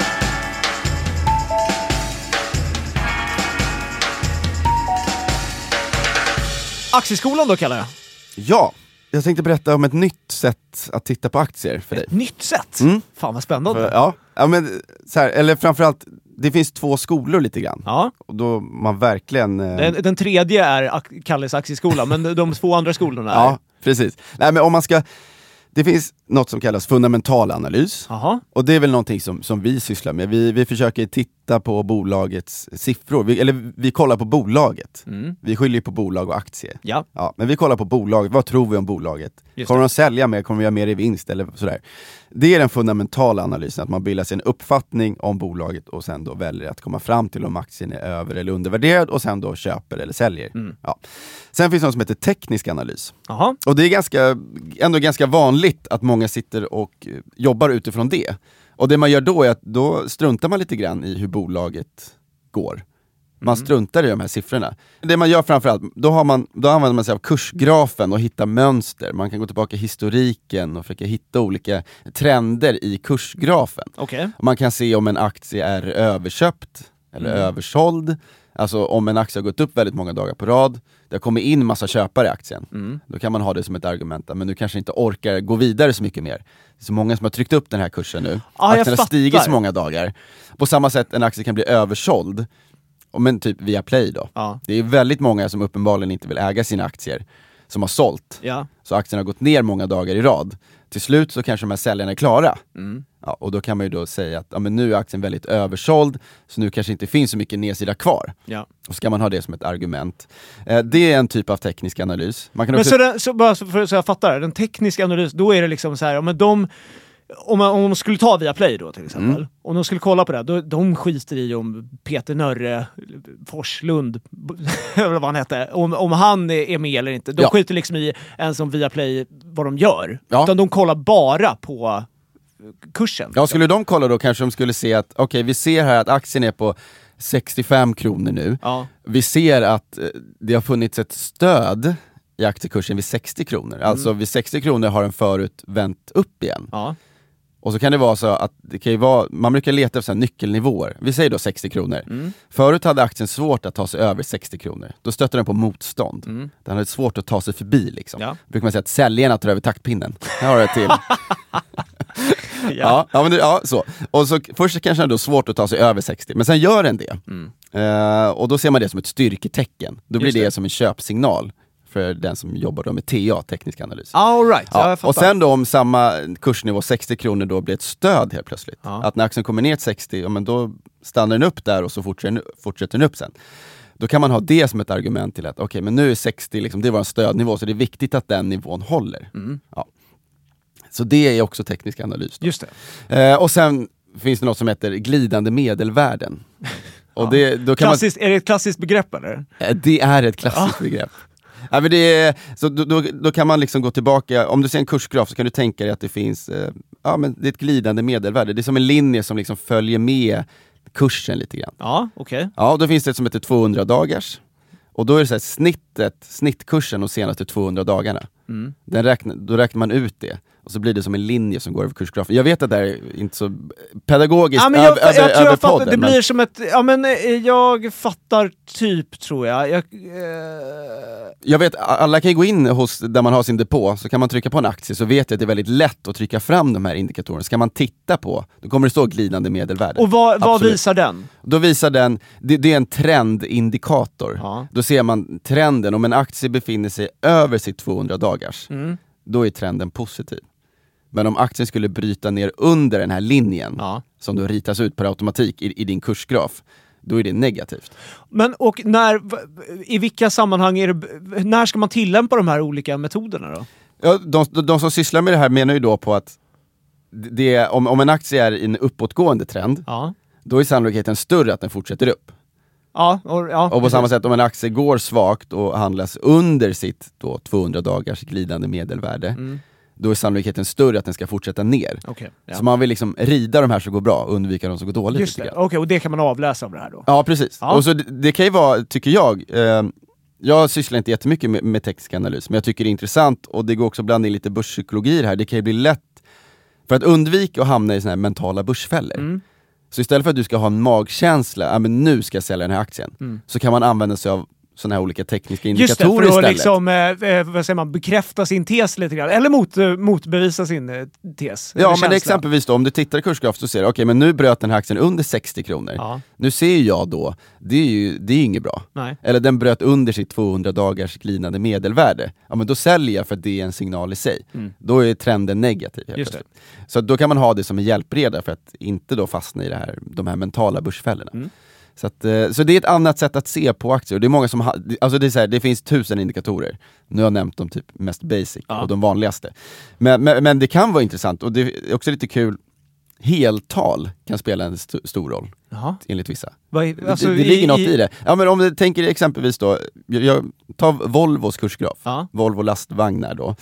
Aktieskolan då, kallar jag. Ja, jag tänkte berätta om ett nytt sätt att titta på aktier för dig. Ett nytt sätt? Fan vad spännande. Ja, men så här, eller framförallt, det finns 2 skolor lite grann. Ja. Och då man verkligen... Den tredje är Kalles aktieskola, men de 2 andra skolorna är... Ja, precis. Nej, men om man ska... Det finns något som kallas fundamental analys. Aha. Och det är väl någonting som vi sysslar med. Vi försöker titta på bolagets siffror. Vi kollar på bolaget. Vi skiljer på bolag och aktie. Ja. Ja, men vi kollar på bolaget. Vad tror vi om bolaget? Kommer de sälja mer? Kommer vi göra mer i vinst? Eller sådär. Det är den fundamentala analysen. Att man bildar sig en uppfattning om bolaget och sen då väljer att komma fram till om aktien är över- eller undervärderad och sen då köper eller säljer. Ja. Sen finns det något som heter teknisk analys. Aha. Och det är ändå ganska vanligt att många sitter och jobbar utifrån det. Och det man gör då är att då struntar man lite grann i hur bolaget går. Man struntar i de här siffrorna. Det man gör framförallt, då använder man sig av kursgrafen och hittar mönster. Man kan gå tillbaka i historiken och försöka hitta olika trender i kursgrafen. Okay. Man kan se om en aktie är överköpt eller översåld. Alltså om en aktie har gått upp väldigt många dagar på rad, det har kommit in massa köpare i aktien. Då kan man ha det som ett argument, men du kanske inte orkar gå vidare så mycket mer. Det är så många som har tryckt upp den här kursen nu. Aktien har stigit så många dagar. På samma sätt en aktie kan bli översåld, men typ via Play då. Det är väldigt många som uppenbarligen inte vill äga sina aktier som har sålt. Så aktien har gått ner många dagar i rad. Till slut så kanske de här säljarna är klara. Ja, och då kan man ju då säga att men nu är aktien väldigt översåld, så nu kanske inte finns så mycket nedsida kvar. Och så kan man ha det som ett argument. Det är en typ av teknisk analys. Man kan också... Men bara så jag fattar, den tekniska analys, då är det liksom så här, om de skulle ta via Play då till exempel, om de skulle kolla på det, då de skiter i om Peter Nörre Forslund eller vad han hette, om han är med eller inte. De skiter liksom i ens om via Play vad de gör. Utan de kollar bara på kursen. Ja, skulle de kolla då kanske de skulle se att okej, vi ser här att aktien är på 65 kronor nu. Vi ser att det har funnits ett stöd i aktiekursen vid 60 kronor. Alltså vid 60 kronor har den förut vänt upp igen. Och så kan det vara så att det kan ju vara, man brukar leta efter nyckelnivåer. Vi säger då 60 kronor. Förut hade aktien svårt att ta sig över 60 kronor. Då stötte den på motstånd. Den hade svårt att ta sig förbi liksom. Då brukar man säga att säljarna tar över taktpinnen. Här har det till. Så. Och så först kanske det är då svårt att ta sig över 60, men sen gör den det. Och då ser man det som ett styrketecken. Då blir det som en köpsignal för den som jobbar då med TA, teknisk analys. All right. Och sen då om samma kursnivå 60 kronor då blir ett stöd helt plötsligt. Att när aktien kommer ner till 60, men då stannar den upp där och så fortsätter den upp sen. Då kan man ha det som ett argument till att okej, men nu är 60 liksom, det var en stödnivå, så det är viktigt att den nivån håller. Så det är också teknisk analys då. Just det. Och sen finns det något som heter glidande medelvärden. Och då kan är det ett klassiskt begrepp eller? Det är ett klassiskt begrepp. Ja, men då kan man liksom gå tillbaka, om du ser en kursgraf så kan du tänka dig att det finns men det är ett glidande medelvärde. Det är som en linje som liksom följer med kursen lite grann. Ja, okej. Ja, då finns det ett som heter 200 dagars. Och då är det så här snittkursen de senaste 200 dagarna. Då räknar man ut det. Och så blir det som en linje som går över kursgrafen. Jag vet att det är inte så pedagogiskt över podden. Det blir som ett... Ja, men jag fattar typ, tror jag. Jag vet, alla kan ju gå in hos där man har sin depå, så kan man trycka på en aktie, så vet jag att det är väldigt lätt att trycka fram de här indikatorerna. Ska man titta på, då kommer det stå glidande medelvärde. Och vad visar den? Då visar den, det är en trendindikator. Då ser man trenden, om en aktie befinner sig över sitt 200 dagars, då är trenden positiv. Men om aktien skulle bryta ner under den här linjen, som då ritas ut per automatik i din kursgraf, då är det negativt. Men och i vilka sammanhang när ska man tillämpa de här olika metoderna då? Ja, de som sysslar med det här menar ju då på att om en aktie är i en uppåtgående trend, då är sannolikheten större att den fortsätter upp. Och på samma sätt, om en aktie går svagt och handlas under sitt då 200 dagars glidande medelvärde, då är sannolikheten större att den ska fortsätta ner. Så man vill liksom rida de här som går bra och undvika de som går dåligt. Just det. Och det kan man avläsa av det här då? Ja, precis. Och så det kan ju vara, tycker jag sysslar inte jättemycket med teknisk analys, men jag tycker det är intressant, och det går också att blanda in lite börspsykologi här. Det kan ju bli lätt för att undvika att hamna i såna här mentala börsfällor. Så istället för att du ska ha en magkänsla, men nu ska jag sälja den här aktien, så kan man använda sig av sådana här olika tekniska Just det, indikatorer för att istället. liksom, vad säger man, bekräfta sin tes lite grann. Eller motbevisa sin tes. Ja, men exempelvis då, om du tittar i kursgraf så ser du, okej, men nu bröt den här aktien under 60 kronor. Ja. Nu ser jag då, det är inget bra. Nej. Eller den bröt under sitt 200 dagars glidande medelvärde. Ja, men då säljer jag för att det är en signal i sig. Då är trenden negativ helt plötsligt. Så då kan man ha det som en hjälpreda för att inte då fastna i de här mentala börsfällorna. Så det är ett annat sätt att se på aktier. Och det är många som alltså det är så här, det finns 1000 indikatorer. Nu har jag nämnt de typ mest basic och de vanligaste. Men det kan vara intressant och det är också lite kul. Heltal kan spela en stor roll. Jaha. Enligt vissa. Alltså, det ligger något i det. Ja, men om du tänker exempelvis då, jag tar Volvos kursgraf. Volvo lastvagnar då.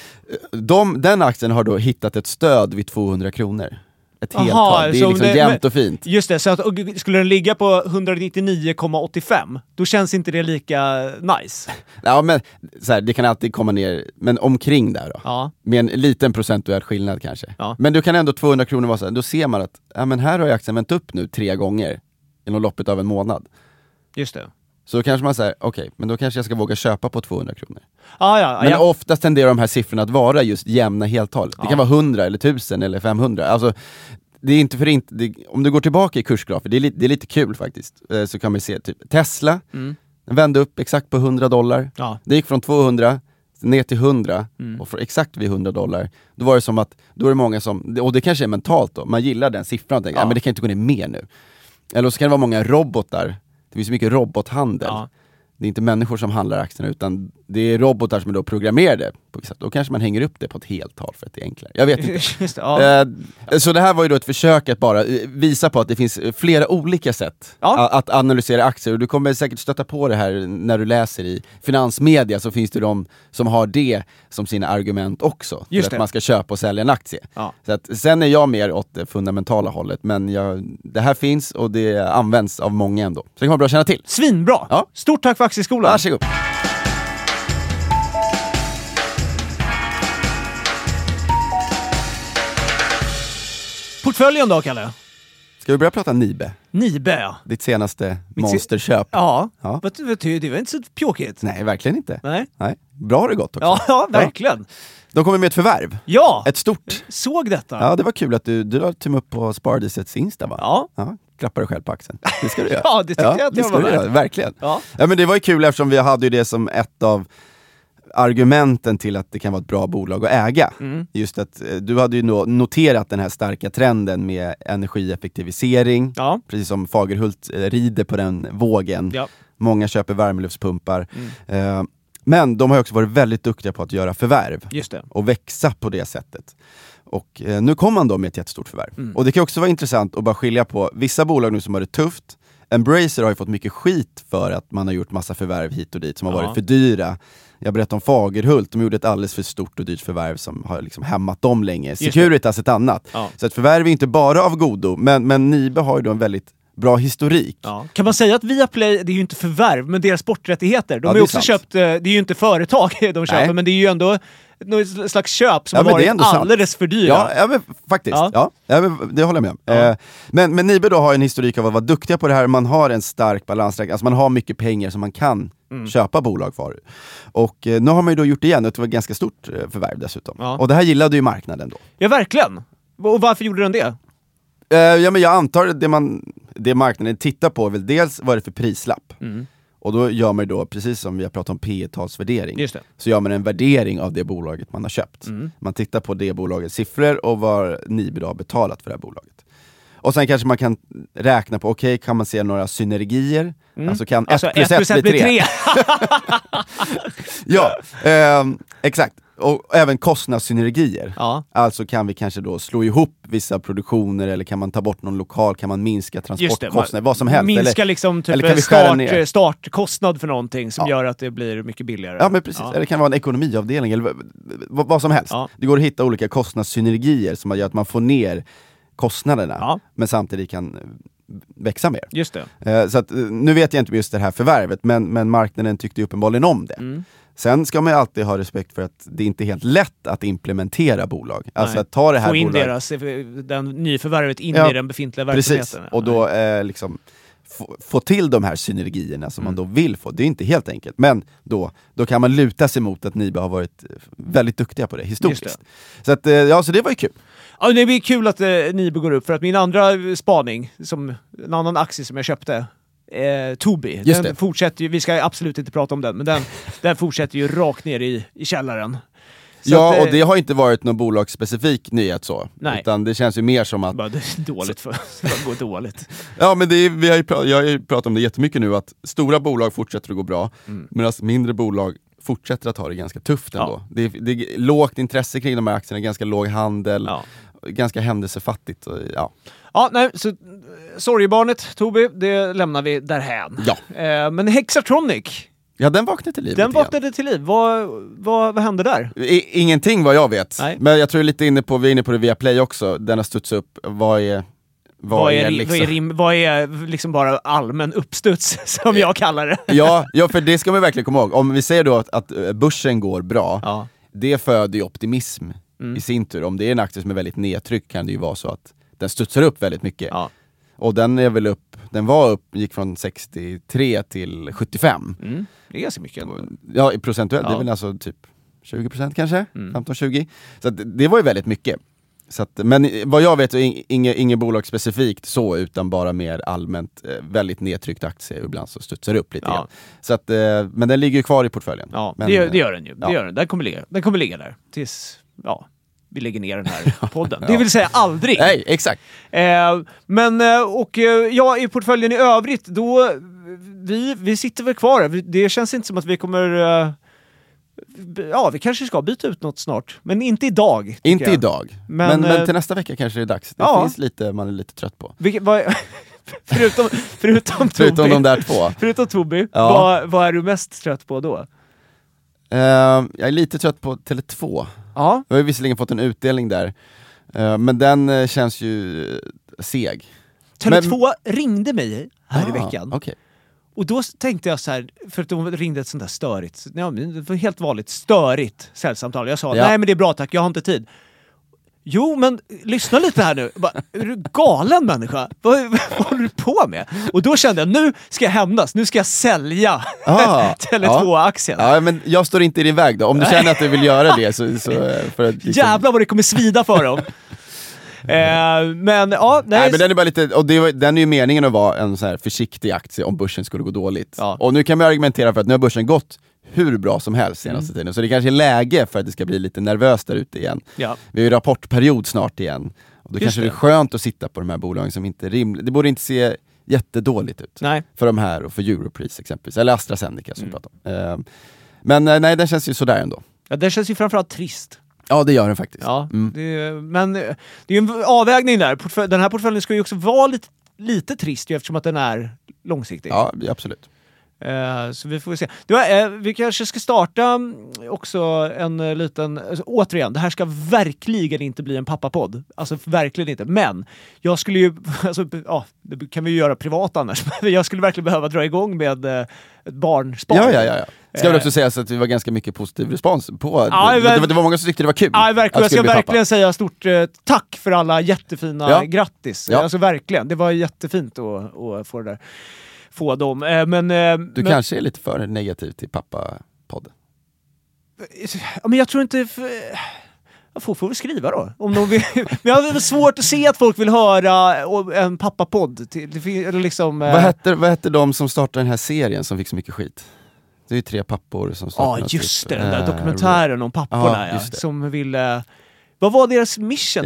Den aktien har då hittat ett stöd vid 200 kronor. Ett heltal, det är liksom jämnt och fint. Just det, så att, skulle den ligga på 199,85 då känns inte det lika nice. Ja, men så här, det kan alltid komma ner, men omkring där då. Ja. Med en liten procentuell skillnad kanske. Ja. Men du kan ändå 200 kronor vara så här, då ser man att ja, men här har jag aktien vänt upp nu 3 gånger inom loppet av en månad. Just det. Så då kanske man säger, okej, men då kanske jag ska våga köpa på 200 kronor. Men oftast tenderar de här siffrorna att vara just jämna heltal. Det kan vara 100 eller 1000 eller 500. Alltså, det är inte för inte, om du går tillbaka i kursgrafer, det är lite kul faktiskt. Så kan man se typ Tesla, den vände upp exakt på $100. Ja. Det gick från 200 ner till 100 och för exakt vid $100. Då var det som att, då är det många som, och det kanske är mentalt då, man gillar den siffran och tänker, men det kan inte gå ner mer nu. Eller så kan det vara många robotar. Det finns mycket robothandel. Ja. Det är inte människor som handlar aktierna utan det är robotar som är då programmerade på vissa. Då kanske man hänger upp det på ett heltal för att det är enklare. Jag vet inte. Just det, så det här var ju då ett försök att bara visa på att det finns flera olika sätt att analysera aktier. Och du kommer säkert stöta på det här när du läser i finansmedia, så finns det de som har det som sina argument också. För att man ska köpa och sälja en aktie. Ja. Så att, sen är jag mer åt det fundamentala hållet, men det här finns och det används av många ändå. Så det kan vara bra att känna till. Svinbra! Ja. Stort tack för Aktieskolan! Varsågod! Portföljen då, Kalle? Ska vi börja prata Nibe? Nibe, ja. Ditt senaste monsterköp. Ja. Det var inte så pjåkigt. Nej, verkligen inte. Nej. Bra har det gått också. Ja, verkligen. De kommer med ett förvärv. Ja! Ett stort. Såg detta. Ja, det var kul att du har tumme upp på Sparadisets Insta, va? Ja. Klappar dig själv på axeln. Det ska du göra. Ja, det tyckte jag att det var göra. Verkligen. Ja, men det var ju kul eftersom vi hade ju det som ett av argumenten till att det kan vara ett bra bolag att äga. Just att du hade ju noterat den här starka trenden med energieffektivisering. Ja. Precis som Fagerhult rider på den vågen. Ja. Många köper värmeluftspumpar. Men de har också varit väldigt duktiga på att göra förvärv. Just det. Och växa på det sättet. Och nu kommer man då med ett jättestort förvärv. Och det kan också vara intressant att bara skilja på vissa bolag nu som har det tufft. Embracer har ju fått mycket skit för att man har gjort massa förvärv hit och dit som har varit för dyra. Jag berättade om Fagerhult, de gjorde ett alldeles för stort och dyrt förvärv som har liksom hämmat dem länge. Securitas ett annat. Ja. Så ett förvärv är inte bara av godo, men Nibe har ju då en väldigt bra historik. Ja. Kan man säga att Viaplay, det är ju inte förvärv, men deras sporträttigheter. De har ju också köpt, det är ju inte företag de köper, men det är ju ändå något slags köp som har varit alldeles för dyra. Ja, men faktiskt. Ja, det håller jag med om. Men Nibe då har en historik av att vara duktiga på det här. Man har en stark balansräkning. Alltså man har mycket pengar som man kan köpa bolag för. Och nu har man ju då gjort det igen. Det var ett ganska stort förvärv dessutom. Ja. Och det här gillade ju marknaden då. Ja, verkligen. Och varför gjorde den det? Men jag antar det marknaden tittar på är väl dels vad det är för prislapp. Och då gör man då, precis som vi har pratat om P/E-talsvärdering, så gör man en värdering av det bolaget man har köpt. Man tittar på det bolagets siffror och vad Nibe har betalat för det här bolaget. Och sen kanske man kan räkna på, kan man se några synergier? Alltså kan 1 + 1 bli 3? Ja, exakt. Och även kostnadssynergier. Ja. Alltså kan vi kanske då slå ihop vissa produktioner, eller kan man ta bort någon lokal, kan man minska transportkostnader, vad som helst. Minska liksom typ eller startkostnad för någonting som gör att det blir mycket billigare. Ja, men precis. Ja. Eller det kan vara en ekonomiavdelning eller vad som helst. Ja. Det går att hitta olika kostnadssynergier som gör att man får ner kostnaderna, men samtidigt kan växa mer. Just det. Så att, nu vet jag inte just det här förvärvet, men marknaden tyckte uppenbarligen om det. Sen ska man ju alltid ha respekt för att det inte är helt lätt att implementera bolag. Alltså att ta det här få in den nyförvärvet in i den befintliga verksamheten. Precis. Och då liksom få till de här synergierna som man då vill få. Det är inte helt enkelt, men då kan man luta sig mot att Nibe har varit väldigt duktiga på det historiskt. Så att, så det var ju kul. Ja, det blir kul att Nibe går upp, för att min andra spaning, som en annan aktie som jag köpte, Tobii, den fortsätter ju, vi ska absolut inte prata om den, men den fortsätter ju rakt ner i källaren. Så och det har inte varit någon bolagsspecifik nyhet så. Nej. Utan det känns ju mer som att... Det är dåligt för det går dåligt. Ja, men jag har ju pratat om det jättemycket nu, att stora bolag fortsätter att gå bra, medan mindre bolag fortsätter att ha det ganska tufft ändå. Det är lågt intresse kring de här aktierna, ganska låg handel, ganska händelsefattigt. Ja, nej, så sorgebarnet Tobii, det lämnar vi därhän. Ja. Men Hexatronic... Ja, den vaknade till liv. Till liv. Vad hände där? Ingenting vad jag vet. Nej. Men jag tror vi är inne på det via Play också. Den har studsat upp. Vad är liksom bara allmän uppstuds som jag kallar det? Ja, för det ska man verkligen komma ihåg. Om vi säger då att börsen går bra, det föder ju optimism i sin tur. Om det är en aktie som är väldigt nedtryckt kan det ju vara så att den studsar upp väldigt mycket. Ja. Och den är väl gick från 63 till 75. Det är ganska mycket ändå. Ja, procentuellt. Det är väl alltså typ 20% kanske, 15-20. Så det var ju väldigt mycket. Så men vad jag vet är inget bolag specifikt så, utan bara mer allmänt väldigt nedtryckt aktie, och ibland så studsar det upp lite grann. Så men den ligger ju kvar i portföljen. Ja, men, det gör den ju. Det gör den. Den kommer ligga där tills vi lägger ner den här podden. Det vill säga aldrig. Nej, exakt. I portföljen i övrigt, då vi sitter väl kvar. Det känns inte som att vi kommer... vi kanske ska byta ut något snart. Men inte idag. Inte idag. Men till nästa vecka kanske det är dags. Det finns lite man är lite trött på. Förutom de där två. Förutom Tobii, vad är du mest trött på då? Jag är lite trött på Tele2. Ja. Jag har ju visserligen fått en utdelning där. Men den känns ju seg. Tele2 ringde mig här i veckan. Okay. Och då tänkte jag så här, för att de ringde ett sånt där störigt. Det var helt vanligt störigt säljsamtal. Jag sa, nej men det är bra tack, jag har inte tid. Jo, men lyssna lite här nu. Är du galen människa? Vad håller du på med? Och då kände jag, nu ska jag hämnas. Nu ska jag sälja Tele2-aktien. Ja, men jag står inte i din väg då. Om du känner att du vill göra det så för att liksom... Jävlar vad det kommer svida för dem. Men den är bara lite, och den är ju meningen att vara en så här försiktig aktie om börsen skulle gå dåligt. Ja. Och nu kan man argumentera för att nu har börsen gått hur bra som helst senaste tiden. Så det kanske är läge för att det ska bli lite nervöst där ute igen. Ja. Vi har ju rapportperiod snart igen. Och då kanske det är skönt att sitta på de här bolagen som inte det borde inte se jättedåligt ut. Nej. För de här och för Europris exempelvis. Eller AstraZeneca som vi pratar om. Men nej, den känns ju sådär ändå. Ja, den känns ju framförallt trist. Ja, det gör den faktiskt. Ja, men det är ju en avvägning där. Den här portföljen ska ju också vara lite trist eftersom att den är långsiktig. Ja, absolut. Så vi får se. Vi kanske ska starta också en liten... Alltså, återigen, det här ska verkligen inte bli en pappapodd. Alltså verkligen inte. Men jag skulle ju... Alltså, det kan vi ju göra privat annars. Jag skulle verkligen behöva dra igång med ett barnspar. Ja. Ska väl också säga så att det var ganska mycket positiv respons på... det var många som tyckte det var kul. Ja, verkligen. Jag ska verkligen säga stort tack för alla jättefina grattis. Ja. Alltså verkligen. Det var jättefint att få det där. Få dem. Du kanske är lite för negativ till pappa-podden. Men jag tror inte... Får vi skriva då? Om de vill. Men jag har svårt att se att folk vill höra en pappa-podd. Liksom, vad hette de som startade den här serien som fick så mycket skit? Det är ju 3 pappor som startade. Just det, den där dokumentären om papporna som ville... Vad var deras mission?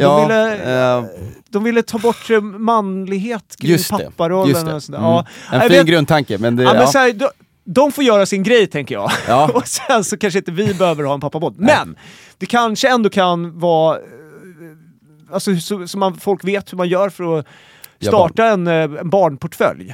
De ville ta bort manlighet kring papparollen och sådär. En fin grundtanke, men det... Men så här, de får göra sin grej, tänker jag. Ja. Och sen så kanske inte vi behöver ha en pappapodd. Men det kanske ändå kan vara... Alltså, så folk vet hur man gör för att starta en barnportfölj.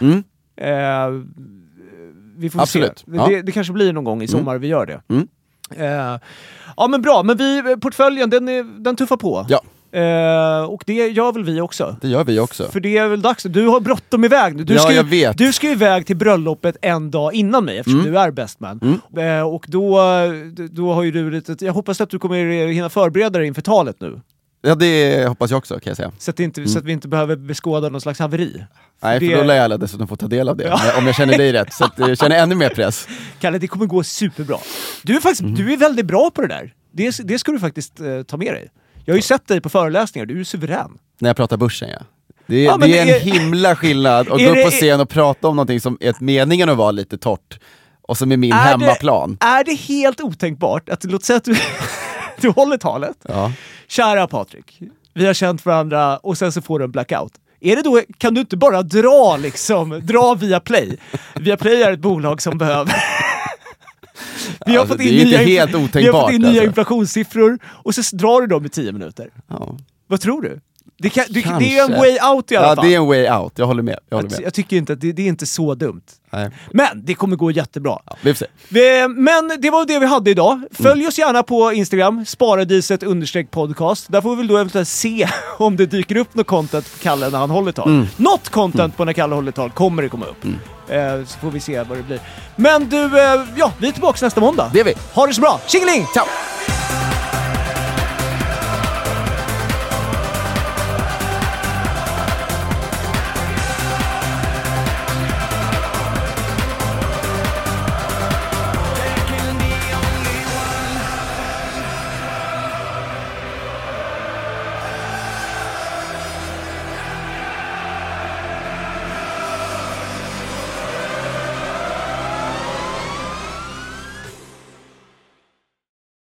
Vi får Absolut. se. Det kanske blir någon gång i sommar vi gör det. Men bra. Men portföljen, den tuffar på. Ja. Och det gör väl vi också. Det gör vi också. För det är väl dags. Du har bråttom iväg nu. Jag vet. Du ska ju iväg till bröllopet en dag innan mig eftersom du är best man. Och då har ju du lite... Jag hoppas att du kommer hinna förbereda dig inför talet nu. Ja, det hoppas jag också, kan jag säga. Så att vi inte behöver beskåda någon slags haveri. Nej, för då lär jag alla dessutom få ta del av det. Ja. Om jag känner dig rätt. Så att jag känner ännu mer press. Kalle, det kommer gå superbra. Du är väldigt bra på det där. Det ska du faktiskt ta med dig. Jag har ju sett dig på föreläsningar, du är suverän. När jag pratar börsen, ja. Det är en himla skillnad att gå upp på scen och prata om någonting som är meningen att vara lite torrt. Och som är min hemmaplan. Är det helt otänkbart att, låt säga att du håller talet. Ja. Kära Patrik, vi har känt varandra och sen så får du en blackout. Är det då, kan du inte bara dra via Play? Via Play är ett bolag som behöver... Vi har fått in nya inflationssiffror och så drar du dem i 10 minuter. Ja. Vad tror du? Det är en way out i alla fall. Ja, det är en way out. Jag håller med. Jag tycker inte att det är inte så dumt. Nej. Men det kommer gå jättebra. Ja, vi får se. Men det var det vi hade idag. Följ oss gärna på Instagram, sparadiset_podcast. Där får vi väl då eventuellt se om det dyker upp något content på Kalle när han håller tal. Något content på när Kalle håller tal kommer det komma upp. Så får vi se vad det blir. Men du, vi är tillbaka nästa måndag. Det är vi. Ha det så bra. Tjingeling! Ciao!